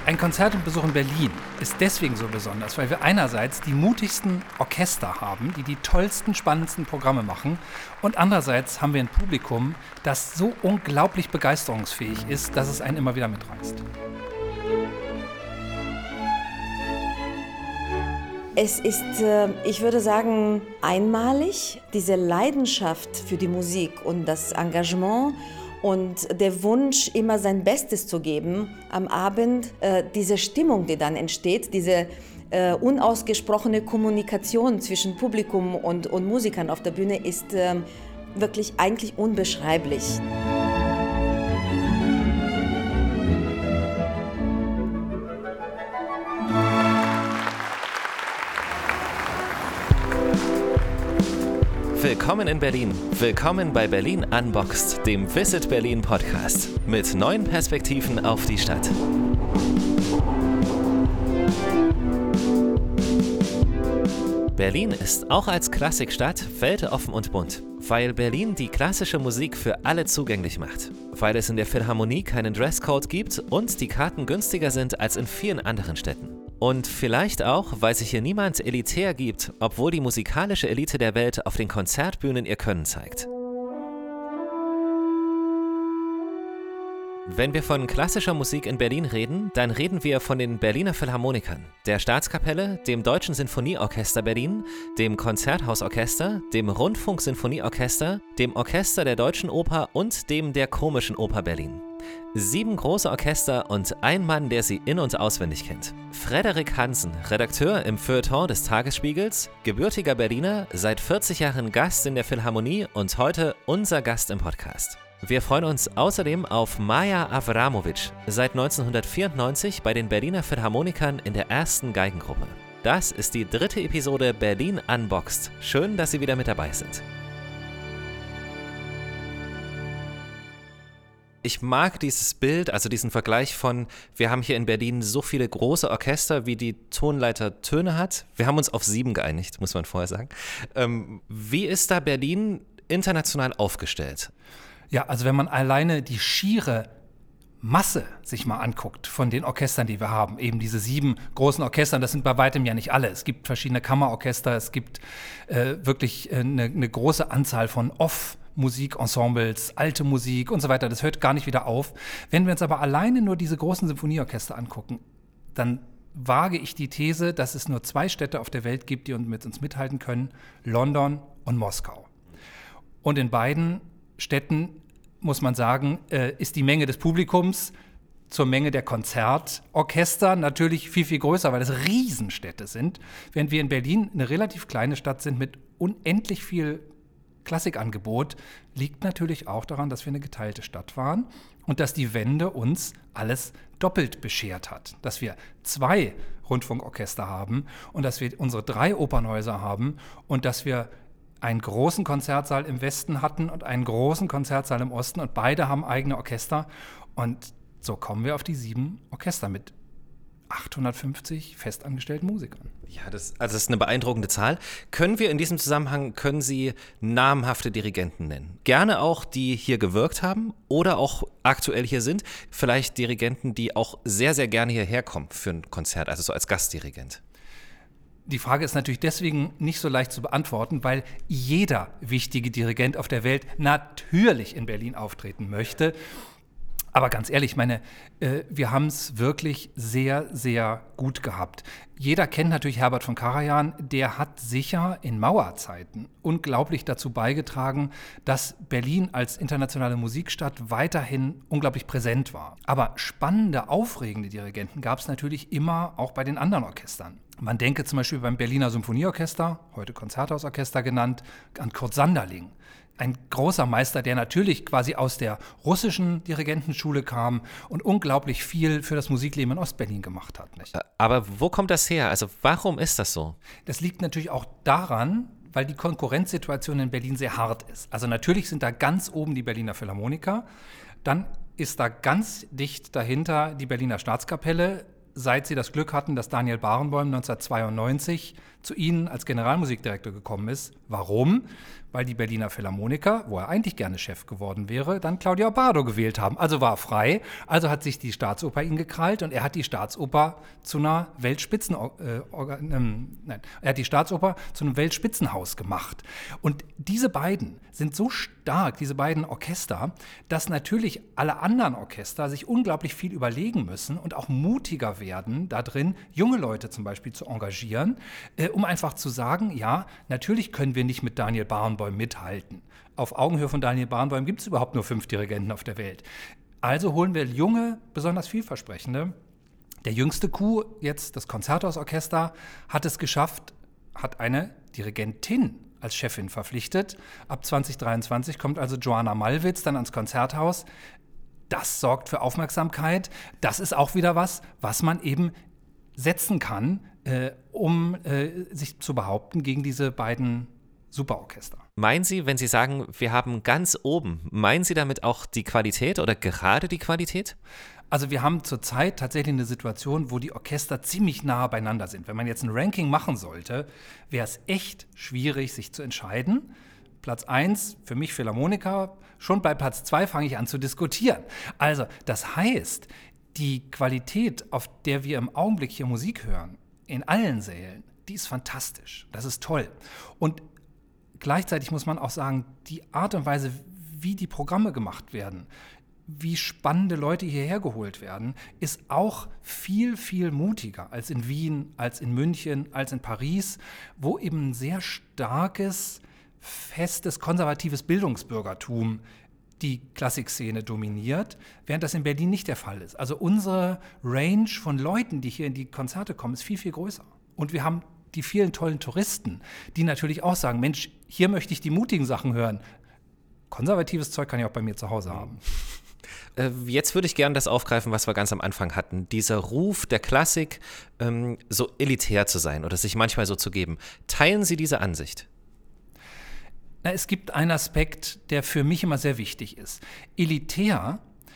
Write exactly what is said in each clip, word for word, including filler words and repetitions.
Ein Konzertbesuch in Berlin ist deswegen so besonders, weil wir einerseits die mutigsten Orchester haben, die die tollsten, spannendsten Programme machen, und andererseits haben wir ein Publikum, das so unglaublich begeisterungsfähig ist, dass es einen immer wieder mitreißt. Es ist, ich würde sagen, einmalig, diese Leidenschaft für die Musik und das Engagement und der Wunsch, immer sein Bestes zu geben am Abend, äh, diese Stimmung, die dann entsteht, diese äh, unausgesprochene Kommunikation zwischen Publikum und, und Musikern auf der Bühne ist äh, wirklich eigentlich unbeschreiblich. Willkommen in Berlin. Willkommen bei Berlin Unboxed, dem Visit Berlin Podcast mit neuen Perspektiven auf die Stadt. Berlin ist auch als Klassikstadt weltoffen und bunt, weil Berlin die klassische Musik für alle zugänglich macht, weil es in der Philharmonie keinen Dresscode gibt und die Karten günstiger sind als in vielen anderen Städten. Und vielleicht auch, weil sich hier niemand elitär gibt, obwohl die musikalische Elite der Welt auf den Konzertbühnen ihr Können zeigt. Wenn wir von klassischer Musik in Berlin reden, dann reden wir von den Berliner Philharmonikern, der Staatskapelle, dem Deutschen Sinfonieorchester Berlin, dem Konzerthausorchester, dem Rundfunksinfonieorchester, dem Orchester der Deutschen Oper und dem der Komischen Oper Berlin. Sieben große Orchester und ein Mann, der sie in- und auswendig kennt. Frederik Hansen, Redakteur im Feuilleton des Tagesspiegels, gebürtiger Berliner, seit vierzig Jahren Gast in der Philharmonie und heute unser Gast im Podcast. Wir freuen uns außerdem auf Maja Avramovic, seit neunzehnhundertvierundneunzig bei den Berliner Philharmonikern in der ersten Geigengruppe. Das ist die dritte Episode Berlin Unboxed. Schön, dass Sie wieder mit dabei sind. Ich mag dieses Bild, also diesen Vergleich von, wir haben hier in Berlin so viele große Orchester, wie die Tonleiter Töne hat. Wir haben uns auf sieben geeinigt, muss man vorher sagen. Ähm, wie ist da Berlin international aufgestellt? Ja, also wenn man alleine die schiere Masse sich mal anguckt von den Orchestern, die wir haben, eben diese sieben großen Orchester, das sind bei weitem ja nicht alle. Es gibt verschiedene Kammerorchester, es gibt äh, wirklich eine, eine große Anzahl von Off- Musikensembles, alte Musik und so weiter, das hört gar nicht wieder auf. Wenn wir uns aber alleine nur diese großen Symphonieorchester angucken, dann wage ich die These, dass es nur zwei Städte auf der Welt gibt, die mit uns mithalten können, London und Moskau. Und in beiden Städten, muss man sagen, ist die Menge des Publikums zur Menge der Konzertorchester natürlich viel, viel größer, weil es Riesenstädte sind, während wir in Berlin eine relativ kleine Stadt sind mit unendlich viel Klassikangebot, liegt natürlich auch daran, dass wir eine geteilte Stadt waren und dass die Wende uns alles doppelt beschert hat. Dass wir zwei Rundfunkorchester haben und dass wir unsere drei Opernhäuser haben und dass wir einen großen Konzertsaal im Westen hatten und einen großen Konzertsaal im Osten und beide haben eigene Orchester. Und so kommen wir auf die sieben Orchester mit achthundertfünfzig festangestellten Musikern. Ja, das, also das ist eine beeindruckende Zahl. Können wir in diesem Zusammenhang, können Sie namhafte Dirigenten nennen? Gerne auch, die hier gewirkt haben oder auch aktuell hier sind. Vielleicht Dirigenten, die auch sehr, sehr gerne hierher kommen für ein Konzert, also so als Gastdirigent. Die Frage ist natürlich deswegen nicht so leicht zu beantworten, weil jeder wichtige Dirigent auf der Welt natürlich in Berlin auftreten möchte. Aber ganz ehrlich, meine, äh, wir haben es wirklich sehr, sehr gut gehabt. Jeder kennt natürlich Herbert von Karajan, der hat sicher in Mauerzeiten unglaublich dazu beigetragen, dass Berlin als internationale Musikstadt weiterhin unglaublich präsent war. Aber spannende, aufregende Dirigenten gab es natürlich immer auch bei den anderen Orchestern. Man denke zum Beispiel beim Berliner Symphonieorchester, heute Konzerthausorchester genannt, an Kurt Sanderling. Ein großer Meister, der natürlich quasi aus der russischen Dirigentenschule kam und unglaublich viel für das Musikleben in Ostberlin gemacht hat. Nicht? Aber wo kommt das her? Also warum ist das so? Das liegt natürlich auch daran, weil die Konkurrenzsituation in Berlin sehr hart ist. Also natürlich sind da ganz oben die Berliner Philharmoniker, dann ist da ganz dicht dahinter die Berliner Staatskapelle, seit sie das Glück hatten, dass Daniel Barenboim neunzehnhundertzweiundneunzig zu ihnen als Generalmusikdirektor gekommen ist. Warum? weil die Berliner Philharmoniker, wo er eigentlich gerne Chef geworden wäre, dann Claudio Abbado gewählt haben. Also war er frei, also hat sich die Staatsoper ihn gekrallt und er hat die Staatsoper zu einer Weltspitzen, äh, ähm, nein, er hat die Staatsoper zu einem Weltspitzenhaus gemacht. Und diese beiden sind so stark, diese beiden Orchester, dass natürlich alle anderen Orchester sich unglaublich viel überlegen müssen und auch mutiger werden, da drin junge Leute zum Beispiel zu engagieren, äh, um einfach zu sagen, ja, natürlich können wir nicht mit Daniel Barenboim mithalten. Auf Augenhöhe von Daniel Barenboim gibt es überhaupt nur fünf Dirigenten auf der Welt. Also holen wir junge, besonders vielversprechende. Der jüngste Coup, jetzt das Konzerthausorchester, hat es geschafft, hat eine Dirigentin als Chefin verpflichtet. Ab zwanzig dreiundzwanzig kommt also Joanna Malwitz dann ans Konzerthaus. Das sorgt für Aufmerksamkeit. Das ist auch wieder was, was man eben setzen kann, äh, um äh, sich zu behaupten gegen diese beiden Superorchester. Meinen Sie, wenn Sie sagen, wir haben ganz oben, meinen Sie damit auch die Qualität oder gerade die Qualität? Also wir haben zurzeit tatsächlich eine Situation, wo die Orchester ziemlich nah beieinander sind. Wenn man jetzt ein Ranking machen sollte, wäre es echt schwierig, sich zu entscheiden. Platz eins für mich Philharmoniker, schon bei Platz zwei fange ich an zu diskutieren. Also das heißt, die Qualität, auf der wir im Augenblick hier Musik hören, in allen Sälen, die ist fantastisch. Das ist toll. Und gleichzeitig muss man auch sagen, die Art und Weise, wie die Programme gemacht werden, wie spannende Leute hierher geholt werden, ist auch viel, viel mutiger als in Wien, als in München, als in Paris, wo eben ein sehr starkes, festes, konservatives Bildungsbürgertum die Klassikszene dominiert, während das in Berlin nicht der Fall ist. Also unsere Range von Leuten, die hier in die Konzerte kommen, ist viel, viel größer. Und wir haben die vielen tollen Touristen, die natürlich auch sagen, Mensch, hier möchte ich die mutigen Sachen hören. Konservatives Zeug kann ich auch bei mir zu Hause haben. Jetzt würde ich gerne das aufgreifen, was wir ganz am Anfang hatten. Dieser Ruf der Klassik, ähm, so elitär zu sein oder sich manchmal so zu geben. Teilen Sie diese Ansicht? Na, es gibt einen Aspekt, der für mich immer sehr wichtig ist. Elitär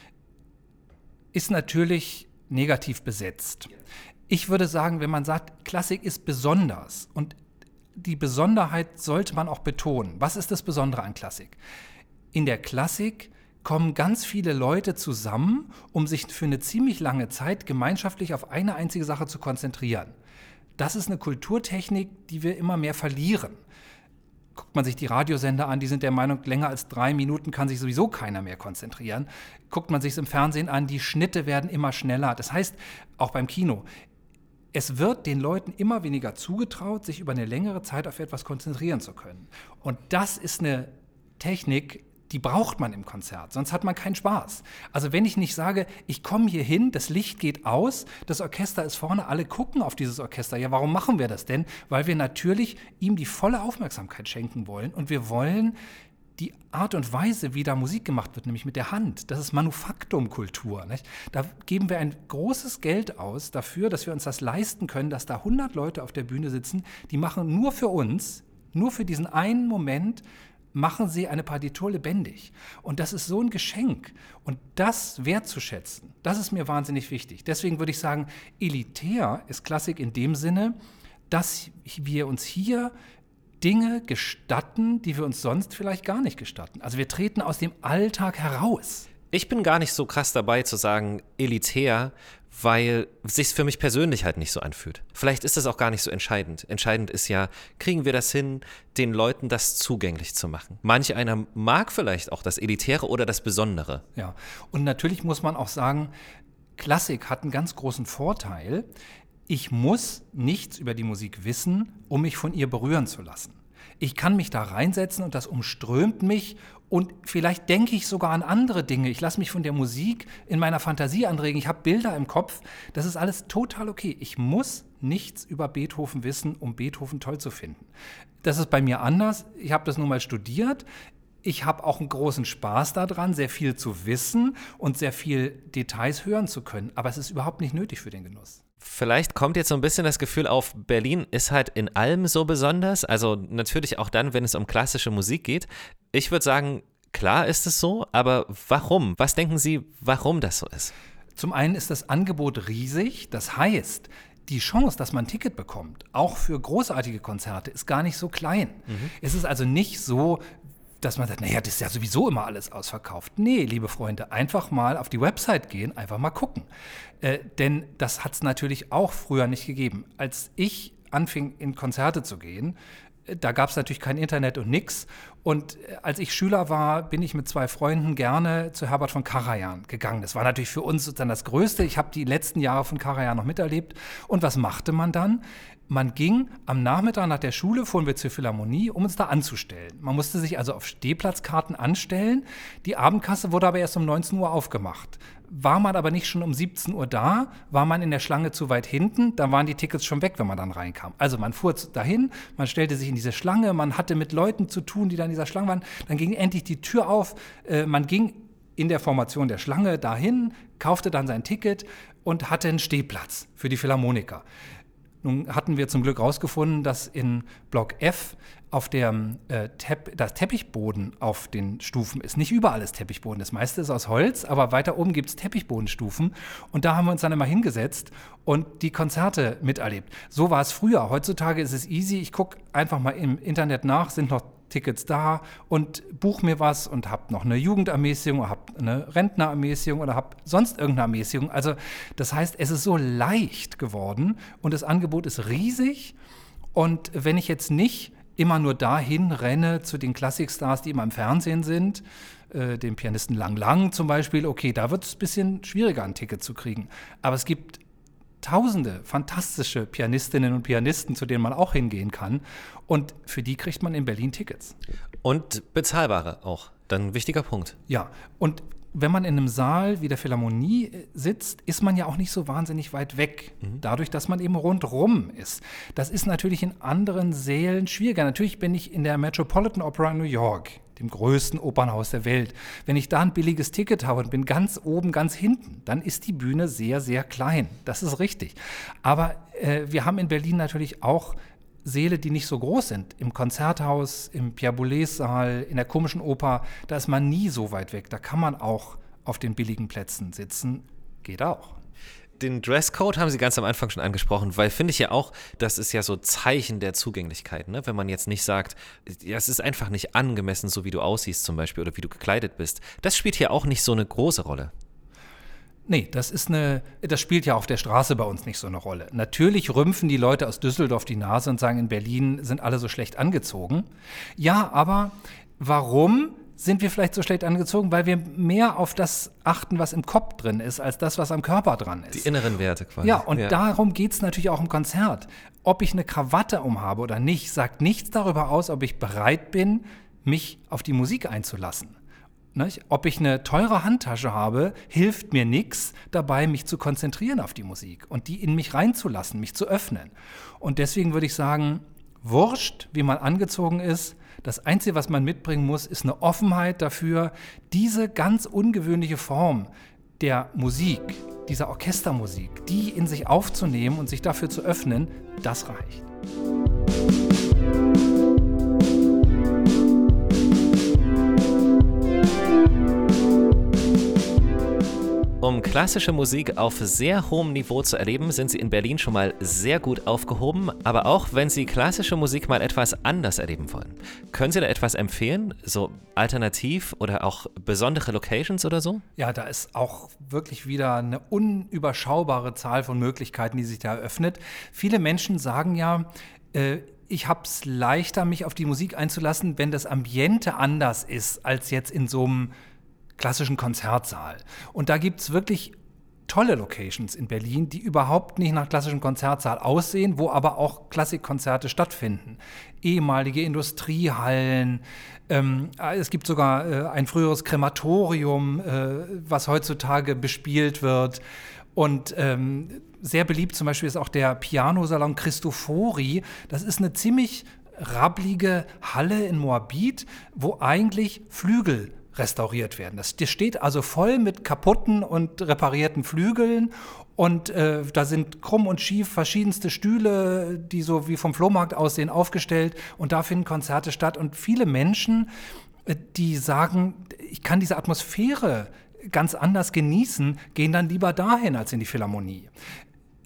ist natürlich negativ besetzt. Ich würde sagen, wenn man sagt, Klassik ist besonders und die Besonderheit sollte man auch betonen. Was ist das Besondere an Klassik? In der Klassik kommen ganz viele Leute zusammen, um sich für eine ziemlich lange Zeit gemeinschaftlich auf eine einzige Sache zu konzentrieren. Das ist eine Kulturtechnik, die wir immer mehr verlieren. Guckt man sich die Radiosender an, die sind der Meinung, länger als drei Minuten kann sich sowieso keiner mehr konzentrieren. Guckt man sich es im Fernsehen an, die Schnitte werden immer schneller. Das heißt, auch beim Kino, es wird den Leuten immer weniger zugetraut, sich über eine längere Zeit auf etwas konzentrieren zu können. Und das ist eine Technik, die braucht man im Konzert, sonst hat man keinen Spaß. Also wenn ich nicht sage, ich komme hier hin, das Licht geht aus, das Orchester ist vorne, alle gucken auf dieses Orchester. Ja, warum machen wir das denn? Weil wir natürlich ihm die volle Aufmerksamkeit schenken wollen und wir wollen die Art und Weise, wie da Musik gemacht wird, nämlich mit der Hand, das ist Manufaktumkultur. Nicht? Da geben wir ein großes Geld aus dafür, dass wir uns das leisten können, dass da hundert Leute auf der Bühne sitzen, die machen nur für uns, nur für diesen einen Moment, machen sie eine Partitur lebendig. Und das ist so ein Geschenk. Und das wertzuschätzen, das ist mir wahnsinnig wichtig. Deswegen würde ich sagen, elitär ist Klassik in dem Sinne, dass wir uns hier Dinge gestatten, die wir uns sonst vielleicht gar nicht gestatten. Also wir treten aus dem Alltag heraus. Ich bin gar nicht so krass dabei zu sagen elitär, weil es sich für mich persönlich halt nicht so anfühlt. Vielleicht ist das auch gar nicht so entscheidend. Entscheidend ist ja, kriegen wir das hin, den Leuten das zugänglich zu machen. Manch einer mag vielleicht auch das Elitäre oder das Besondere. Ja, und natürlich muss man auch sagen, Klassik hat einen ganz großen Vorteil. Ich muss nichts über die Musik wissen, um mich von ihr berühren zu lassen. Ich kann mich da reinsetzen und das umströmt mich und vielleicht denke ich sogar an andere Dinge. Ich lasse mich von der Musik in meiner Fantasie anregen. Ich habe Bilder im Kopf. Das ist alles total okay. Ich muss nichts über Beethoven wissen, um Beethoven toll zu finden. Das ist bei mir anders. Ich habe das nun mal studiert. Ich habe auch einen großen Spaß daran, sehr viel zu wissen und sehr viel Details hören zu können. Aber es ist überhaupt nicht nötig für den Genuss. Vielleicht kommt jetzt so ein bisschen das Gefühl auf, Berlin ist halt in allem so besonders, also natürlich auch dann, wenn es um klassische Musik geht. Ich würde sagen, klar ist es so, aber warum? Was denken Sie, warum das so ist? Zum einen ist das Angebot riesig, das heißt, die Chance, dass man ein Ticket bekommt, auch für großartige Konzerte, ist gar nicht so klein. Mhm. Es ist also nicht so, dass man sagt, naja, das ist ja sowieso immer alles ausverkauft. Nee, liebe Freunde, einfach mal auf die Website gehen, einfach mal gucken. Äh, denn das hat es natürlich auch früher nicht gegeben. Als ich anfing, in Konzerte zu gehen, äh, da gab es natürlich kein Internet und nix. Und äh, als ich Schüler war, bin ich mit zwei Freunden gerne zu Herbert von Karajan gegangen. Das war natürlich für uns sozusagen das Größte. Ich habe die letzten Jahre von Karajan noch miterlebt. Und was machte man dann? Man ging am Nachmittag nach der Schule, fuhren wir zur Philharmonie, um uns da anzustellen. Man musste sich also auf Stehplatzkarten anstellen. Die Abendkasse wurde aber erst um neunzehn Uhr aufgemacht. War man aber nicht schon um siebzehn Uhr da, war man in der Schlange zu weit hinten, dann waren die Tickets schon weg, wenn man dann reinkam. Also man fuhr dahin, man stellte sich in diese Schlange, man hatte mit Leuten zu tun, die da in dieser Schlange waren. Dann ging endlich die Tür auf, äh, man ging in der Formation der Schlange dahin, kaufte dann sein Ticket und hatte einen Stehplatz für die Philharmoniker. Nun hatten wir zum Glück rausgefunden, dass in Block F auf der äh, Tepp- das Teppichboden auf den Stufen ist. Nicht überall ist Teppichboden, das meiste ist aus Holz, aber weiter oben gibt es Teppichbodenstufen. Und da haben wir uns dann immer hingesetzt und die Konzerte miterlebt. So war es früher. Heutzutage ist es easy. Ich gucke einfach mal im Internet nach, sind noch Tickets da und buche mir was und habe noch eine Jugendermäßigung oder habe eine Rentnerermäßigung oder habe sonst irgendeine Ermäßigung. Also das heißt, es ist so leicht geworden und das Angebot ist riesig. Und wenn ich jetzt nicht immer nur dahin renne zu den Klassikstars, die immer im Fernsehen sind, äh, dem Pianisten Lang Lang zum Beispiel, okay, da wird es ein bisschen schwieriger, ein Ticket zu kriegen. Aber es gibt tausende fantastische Pianistinnen und Pianisten, zu denen man auch hingehen kann. Und für die kriegt man in Berlin Tickets. Und bezahlbare auch. Dann ein wichtiger Punkt. Ja, und wenn man in einem Saal wie der Philharmonie sitzt, ist man ja auch nicht so wahnsinnig weit weg. Mhm. Dadurch, dass man eben rundrum ist. Das ist natürlich in anderen Sälen schwieriger. Natürlich bin ich in der Metropolitan Opera in New York, dem größten Opernhaus der Welt. Wenn ich da ein billiges Ticket habe und bin ganz oben, ganz hinten, dann ist die Bühne sehr, sehr klein. Das ist richtig. Aber äh, wir haben in Berlin natürlich auch Säle, die nicht so groß sind. Im Konzerthaus, im Pierre Boulez-Saal, in der Komischen Oper, da ist man nie so weit weg. Da kann man auch auf den billigen Plätzen sitzen. Geht auch. Den Dresscode haben Sie ganz am Anfang schon angesprochen, weil finde ich ja auch, das ist ja so Zeichen der Zugänglichkeit, ne? Wenn man jetzt nicht sagt, ja, es ist einfach nicht angemessen, so wie du aussiehst zum Beispiel oder wie du gekleidet bist. Das spielt hier auch nicht so eine große Rolle. Nee, das ist eine, das spielt ja auf der Straße bei uns nicht so eine Rolle. Natürlich rümpfen die Leute aus Düsseldorf die Nase und sagen, in Berlin sind alle so schlecht angezogen. Ja, aber warum sind wir vielleicht so schlecht angezogen? Weil wir mehr auf das achten, was im Kopf drin ist, als das, was am Körper dran ist. Die inneren Werte quasi. Ja, und ja. darum geht es natürlich auch im Konzert. Ob ich eine Krawatte umhabe oder nicht, sagt nichts darüber aus, ob ich bereit bin, mich auf die Musik einzulassen. Nicht? Ob ich eine teure Handtasche habe, hilft mir nichts dabei, mich zu konzentrieren auf die Musik und die in mich reinzulassen, mich zu öffnen. Und deswegen würde ich sagen, wurscht, wie man angezogen ist. Das Einzige, was man mitbringen muss, ist eine Offenheit dafür, diese ganz ungewöhnliche Form der Musik, dieser Orchestermusik, die in sich aufzunehmen und sich dafür zu öffnen, das reicht. Um klassische Musik auf sehr hohem Niveau zu erleben, sind Sie in Berlin schon mal sehr gut aufgehoben, aber auch wenn Sie klassische Musik mal etwas anders erleben wollen. Können Sie da etwas empfehlen, so alternativ oder auch besondere Locations oder so? Ja, da ist auch wirklich wieder eine unüberschaubare Zahl von Möglichkeiten, die sich da eröffnet. Viele Menschen sagen ja, äh, ich habe es leichter, mich auf die Musik einzulassen, wenn das Ambiente anders ist, als jetzt in so einem klassischen Konzertsaal. Und da gibt es wirklich tolle Locations in Berlin, die überhaupt nicht nach klassischem Konzertsaal aussehen, wo aber auch Klassikkonzerte stattfinden. Ehemalige Industriehallen, ähm, es gibt sogar äh, ein früheres Krematorium, äh, was heutzutage bespielt wird. Und ähm, sehr beliebt zum Beispiel ist auch der Pianosalon Cristofori. Das ist eine ziemlich rabblige Halle in Moabit, wo eigentlich Flügel restauriert werden. Das, das steht also voll mit kaputten und reparierten Flügeln und äh, da sind krumm und schief verschiedenste Stühle, die so wie vom Flohmarkt aussehen, aufgestellt und da finden Konzerte statt und viele Menschen, äh, die sagen, ich kann diese Atmosphäre ganz anders genießen, gehen dann lieber dahin als in die Philharmonie.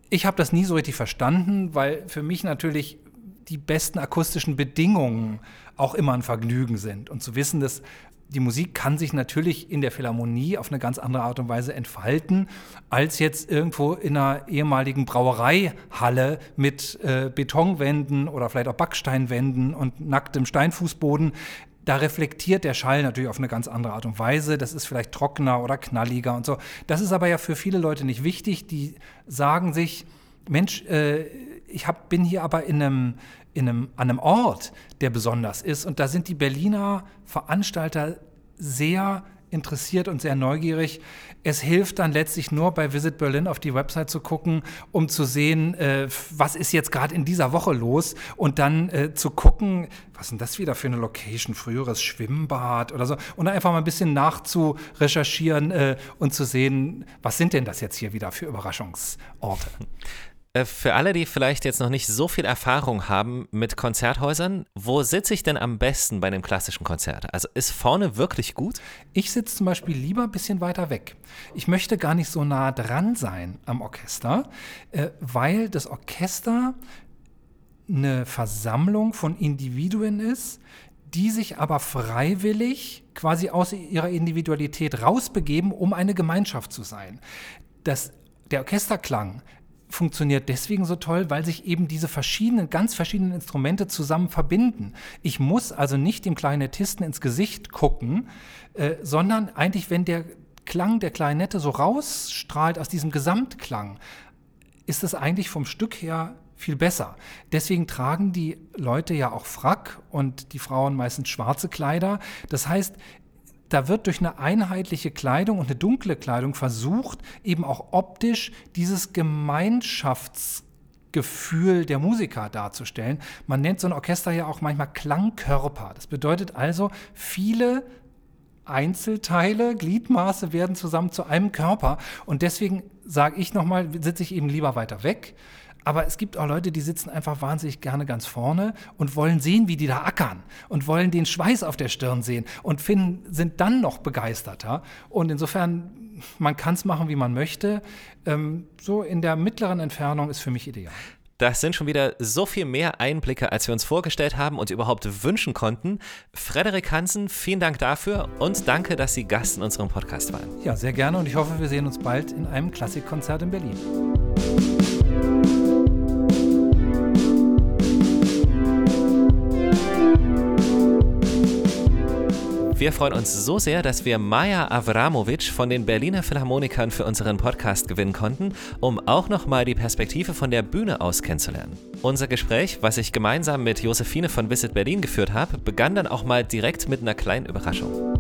Ich habe das nie so richtig verstanden, weil für mich natürlich die besten akustischen Bedingungen auch immer ein Vergnügen sind. Und zu wissen, dass die Musik kann sich natürlich in der Philharmonie auf eine ganz andere Art und Weise entfalten, als jetzt irgendwo in einer ehemaligen Brauereihalle mit äh, Betonwänden oder vielleicht auch Backsteinwänden und nacktem Steinfußboden. Da reflektiert der Schall natürlich auf eine ganz andere Art und Weise. Das ist vielleicht trockener oder knalliger und so. Das ist aber ja für viele Leute nicht wichtig. Die sagen sich, Mensch, äh, ich hab, bin hier aber in einem, in einem, an einem Ort, der besonders ist. Und da sind die Berliner Veranstalter sehr interessiert und sehr neugierig. Es hilft dann letztlich nur bei Visit Berlin auf die Website zu gucken, um zu sehen, äh, was ist jetzt gerade in dieser Woche los und dann äh, zu gucken, was ist denn das wieder für eine Location, früheres Schwimmbad oder so und dann einfach mal ein bisschen nachzurecherchieren äh, und zu sehen, was sind denn das jetzt hier wieder für Überraschungsorte. Für alle, die vielleicht jetzt noch nicht so viel Erfahrung haben mit Konzerthäusern, wo sitze ich denn am besten bei einem klassischen Konzert? Also ist vorne wirklich gut? Ich sitze zum Beispiel lieber ein bisschen weiter weg. Ich möchte gar nicht so nah dran sein am Orchester, äh, weil das Orchester eine Versammlung von Individuen ist, die sich aber freiwillig quasi aus ihrer Individualität rausbegeben, um eine Gemeinschaft zu sein. Das, der Orchesterklang funktioniert deswegen so toll, weil sich eben diese verschiedenen, ganz verschiedenen Instrumente zusammen verbinden. Ich muss also nicht dem Klarinettisten ins Gesicht gucken, äh, sondern eigentlich, wenn der Klang der Klarinette so rausstrahlt aus diesem Gesamtklang, ist es eigentlich vom Stück her viel besser. Deswegen tragen die Leute ja auch Frack und die Frauen meistens schwarze Kleider. Das heißt, da wird durch eine einheitliche Kleidung und eine dunkle Kleidung versucht, eben auch optisch dieses Gemeinschaftsgefühl der Musiker darzustellen. Man nennt so ein Orchester ja auch manchmal Klangkörper. Das bedeutet also, viele Einzelteile, Gliedmaße werden zusammen zu einem Körper. Und deswegen sage ich nochmal, sitze ich eben lieber weiter weg. Aber es gibt auch Leute, die sitzen einfach wahnsinnig gerne ganz vorne und wollen sehen, wie die da ackern und wollen den Schweiß auf der Stirn sehen und finden, sind dann noch begeisterter. Und insofern, man kann es machen, wie man möchte. Ähm, so in der mittleren Entfernung ist für mich ideal. Das sind schon wieder so viel mehr Einblicke, als wir uns vorgestellt haben und überhaupt wünschen konnten. Frederik Hansen, vielen Dank dafür und danke, dass Sie Gast in unserem Podcast waren. Ja, sehr gerne und ich hoffe, wir sehen uns bald in einem Klassikkonzert in Berlin. Wir freuen uns so sehr, dass wir Maja Avramovic von den Berliner Philharmonikern für unseren Podcast gewinnen konnten, um auch nochmal die Perspektive von der Bühne aus kennenzulernen. Unser Gespräch, was ich gemeinsam mit Josephine von Visit Berlin geführt habe, begann dann auch mal direkt mit einer kleinen Überraschung.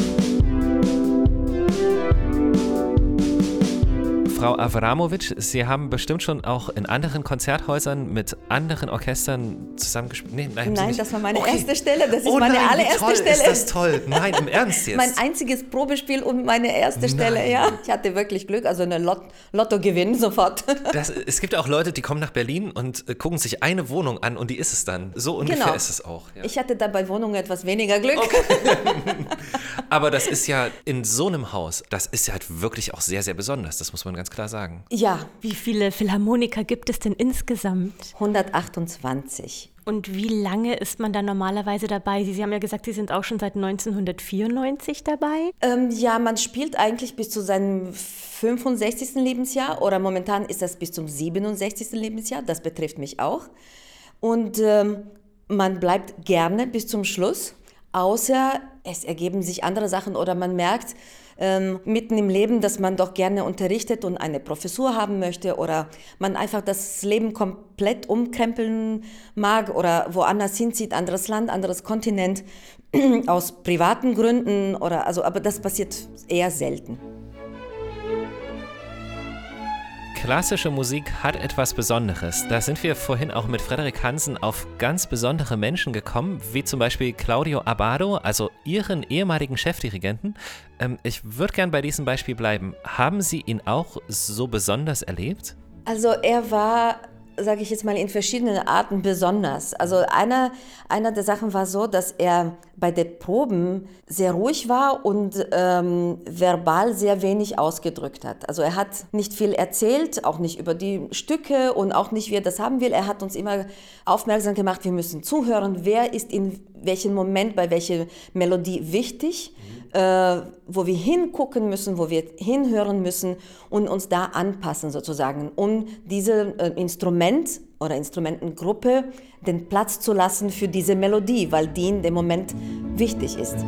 Frau Avramovic, Sie haben bestimmt schon auch in anderen Konzerthäusern mit anderen Orchestern zusammengespielt. Nee, nein, nein das war meine okay. erste Stelle. Das ist oh meine nein, allererste wie toll Stelle. Ist das toll? Nein, im Ernst jetzt. Mein einziges Probespiel und meine erste Stelle. Nein. Ja, ich hatte wirklich Glück, also eine Lot- Lottogewinn sofort. Das, es gibt auch Leute, die kommen nach Berlin und äh, gucken sich eine Wohnung an und die ist es dann. So ungefähr genau. ist es auch. Ja. Ich hatte da bei Wohnungen etwas weniger Glück. Okay. Aber das ist ja in so einem Haus, das ist ja halt wirklich auch sehr, sehr besonders. Das muss man ganz klar sagen. Ja. Wie viele Philharmoniker gibt es denn insgesamt? hundertachtundzwanzig. Und wie lange ist man da normalerweise dabei? Sie, Sie haben ja gesagt, Sie sind auch schon seit neunzehnhundertvierundneunzig dabei. Ähm, ja, man spielt eigentlich bis zu seinem fünfundsechzigsten Lebensjahr oder momentan ist das bis zum siebenundsechzigsten Lebensjahr. Das betrifft mich auch. Und ähm, man bleibt gerne bis zum Schluss, außer es ergeben sich andere Sachen oder man merkt, Ähm, mitten im Leben, dass man doch gerne unterrichtet und eine Professur haben möchte oder man einfach das Leben komplett umkrempeln mag oder woanders hinzieht, anderes Land, anderes Kontinent, aus privaten Gründen oder also, aber das passiert eher selten. Klassische Musik hat etwas Besonderes. Da sind wir vorhin auch mit Frederik Hansen auf ganz besondere Menschen gekommen, wie zum Beispiel Claudio Abbado, also Ihren ehemaligen Chefdirigenten. Ähm, ich würde gern bei diesem Beispiel bleiben. Haben Sie ihn auch so besonders erlebt? Also er war sage ich jetzt mal, in verschiedenen Arten besonders. Also einer, einer der Sachen war so, dass er bei den Proben sehr ruhig war und ähm, verbal sehr wenig ausgedrückt hat. Also er hat nicht viel erzählt, auch nicht über die Stücke und auch nicht, wie er das haben will. Er hat uns immer aufmerksam gemacht, wir müssen zuhören, wer ist in welchem Moment bei welcher Melodie wichtig, mhm. äh, wo wir hingucken müssen, wo wir hinhören müssen und uns da anpassen sozusagen, um diese äh, Instrument oder Instrumentengruppe den Platz zu lassen für diese Melodie, weil die in dem Moment wichtig ist.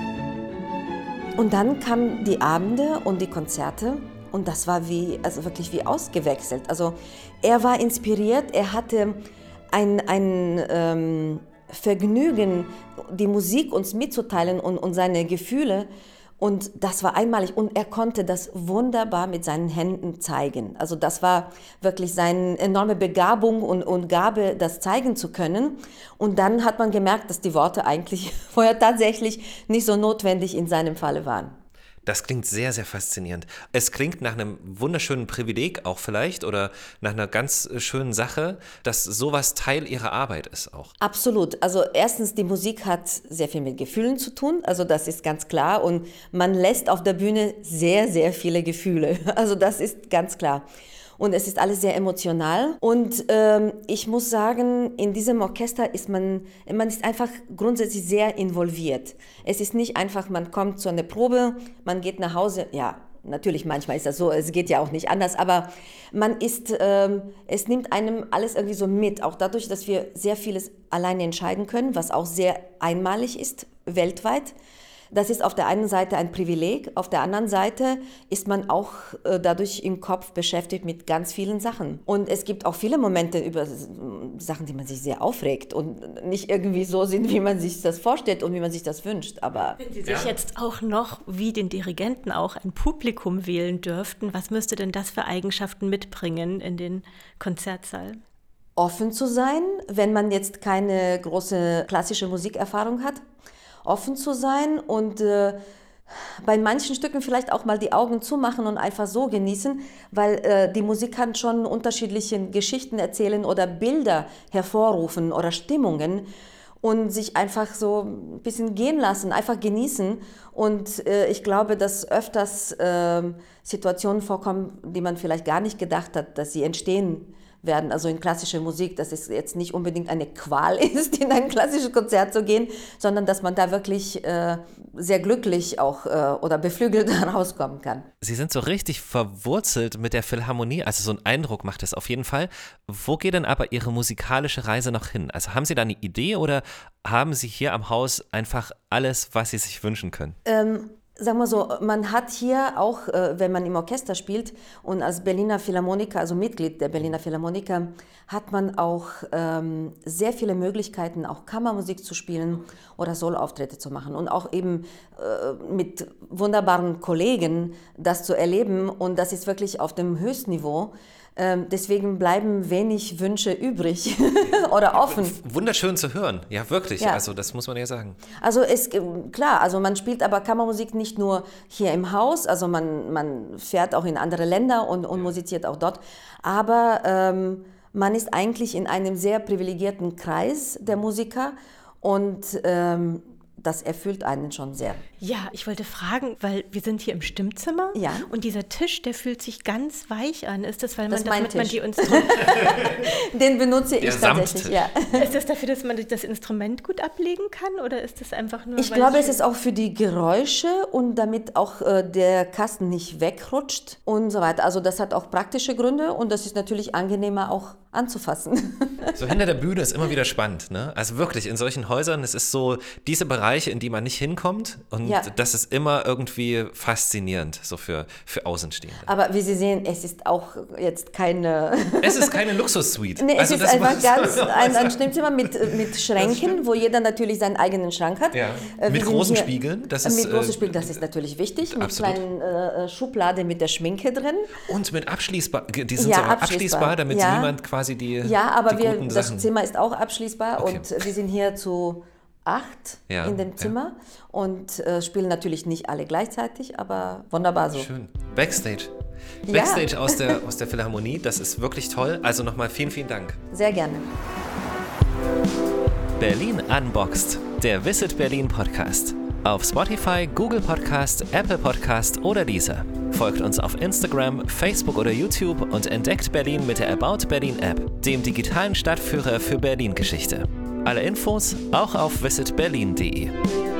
Und dann kamen die Abende und die Konzerte und das war wie, also wirklich wie ausgewechselt. Also er war inspiriert, er hatte ein, ein ähm, Vergnügen, die Musik uns mitzuteilen und, und seine Gefühle. Und das war einmalig und er konnte das wunderbar mit seinen Händen zeigen. Also das war wirklich seine enorme Begabung und, und Gabe, das zeigen zu können. Und dann hat man gemerkt, dass die Worte eigentlich vorher tatsächlich nicht so notwendig in seinem Falle waren. Das klingt sehr, sehr faszinierend. Es klingt nach einem wunderschönen Privileg auch vielleicht oder nach einer ganz schönen Sache, dass sowas Teil ihrer Arbeit ist auch. Absolut. Also erstens, die Musik hat sehr viel mit Gefühlen zu tun, also das ist ganz klar und man lässt auf der Bühne sehr, sehr viele Gefühle, also das ist ganz klar. Und es ist alles sehr emotional. Und ähm, ich muss sagen, in diesem Orchester ist man, man ist einfach grundsätzlich sehr involviert. Es ist nicht einfach, man kommt zu einer Probe, man geht nach Hause. Ja, natürlich, manchmal ist das so, es geht ja auch nicht anders. Aber man ist, ähm, es nimmt einem alles irgendwie so mit. Auch dadurch, dass wir sehr vieles alleine entscheiden können, was auch sehr einmalig ist, weltweit. Das ist auf der einen Seite ein Privileg, auf der anderen Seite ist man auch äh, dadurch im Kopf beschäftigt mit ganz vielen Sachen. Und es gibt auch viele Momente über Sachen, die man sich sehr aufregt und nicht irgendwie so sind, wie man sich das vorstellt und wie man sich das wünscht. Aber wenn Sie sich ja. jetzt auch noch, wie den Dirigenten auch, ein Publikum wählen dürften, was müsste denn das für Eigenschaften mitbringen in den Konzertsaal? Offen zu sein, wenn man jetzt keine große klassische Musikerfahrung hat. Offen zu sein und äh, bei manchen Stücken vielleicht auch mal die Augen zumachen und einfach so genießen, weil äh, die Musik kann schon unterschiedliche Geschichten erzählen oder Bilder hervorrufen oder Stimmungen und sich einfach so ein bisschen gehen lassen, einfach genießen. Und äh, ich glaube, dass öfters äh, Situationen vorkommen, die man vielleicht gar nicht gedacht hat, dass sie entstehen werden, also in klassische Musik, dass es jetzt nicht unbedingt eine Qual ist, in ein klassisches Konzert zu gehen, sondern dass man da wirklich äh, sehr glücklich auch äh, oder beflügelt rauskommen kann. Sie sind so richtig verwurzelt mit der Philharmonie, also so einen Eindruck macht es auf jeden Fall. Wo geht denn aber Ihre musikalische Reise noch hin? Also haben Sie da eine Idee oder haben Sie hier am Haus einfach alles, was Sie sich wünschen können? Ähm, Sagen wir so, man hat hier auch, äh, wenn man im Orchester spielt und als Berliner Philharmoniker, also Mitglied der Berliner Philharmoniker, hat man auch ähm, sehr viele Möglichkeiten, auch Kammermusik zu spielen oder Soloauftritte zu machen und auch eben äh, mit wunderbaren Kollegen das zu erleben und das ist wirklich auf dem Höchstniveau. Ähm, deswegen bleiben wenig Wünsche übrig oder offen. Wunderschön zu hören, ja wirklich, ja. Also das muss man ja sagen. Also es, klar, also man spielt aber Kammermusik nicht nur hier im Haus, also man, man fährt auch in andere Länder und, und musiziert auch dort, aber ähm, man ist eigentlich in einem sehr privilegierten Kreis der Musiker und ähm, das erfüllt einen schon sehr. Ja, ich wollte fragen, weil wir sind hier im Stimmzimmer ja. und dieser Tisch, der fühlt sich ganz weich an. Ist das, weil das man, damit man die Instrumente... Den benutze ich Der tatsächlich, ja. Ist das dafür, dass man das Instrument gut ablegen kann oder ist das einfach nur... Ich glaube, es ist auch für die Geräusche und damit auch äh, der Kasten nicht wegrutscht und so weiter. Also das hat auch praktische Gründe und das ist natürlich angenehmer auch anzufassen. So hinter der Bühne ist immer wieder spannend, ne? Also wirklich, in solchen Häusern, es ist so diese Bereiche, in die man nicht hinkommt und ja. das ist immer irgendwie faszinierend, so für, für Außenstehende. Aber wie Sie sehen, es ist auch jetzt keine... Es ist keine Luxussuite. Nee, also es ist einfach ganz ein, ein Stimmzimmer mit, mit Schränken, wo jeder natürlich seinen eigenen Schrank hat. Ja. Äh, mit großen hier, Spiegeln. Das ist, mit großen Spiegeln, das ist natürlich wichtig. Mit absolut. kleinen äh, Schublade mit der Schminke drin. Und mit abschließbar, die sind ja, sogar abschließbar, abschließbar damit ja. niemand quasi die Ja, aber die wir, guten das Sachen. Zimmer ist auch abschließbar okay. und wir sind hier zu acht ja, in dem Zimmer ja. und äh, spielen natürlich nicht alle gleichzeitig, aber wunderbar so. Schön. Backstage. Backstage Ja. aus der, aus der Philharmonie. Das ist wirklich toll. Also nochmal vielen, vielen Dank. Sehr gerne. Berlin Unboxed, der Visit Berlin Podcast. Auf Spotify, Google Podcast, Apple Podcast oder Deezer. Folgt uns auf Instagram, Facebook oder YouTube und entdeckt Berlin mit der About Berlin App, dem digitalen Stadtführer für Berlin-Geschichte. Alle Infos auch auf visit berlin punkt de.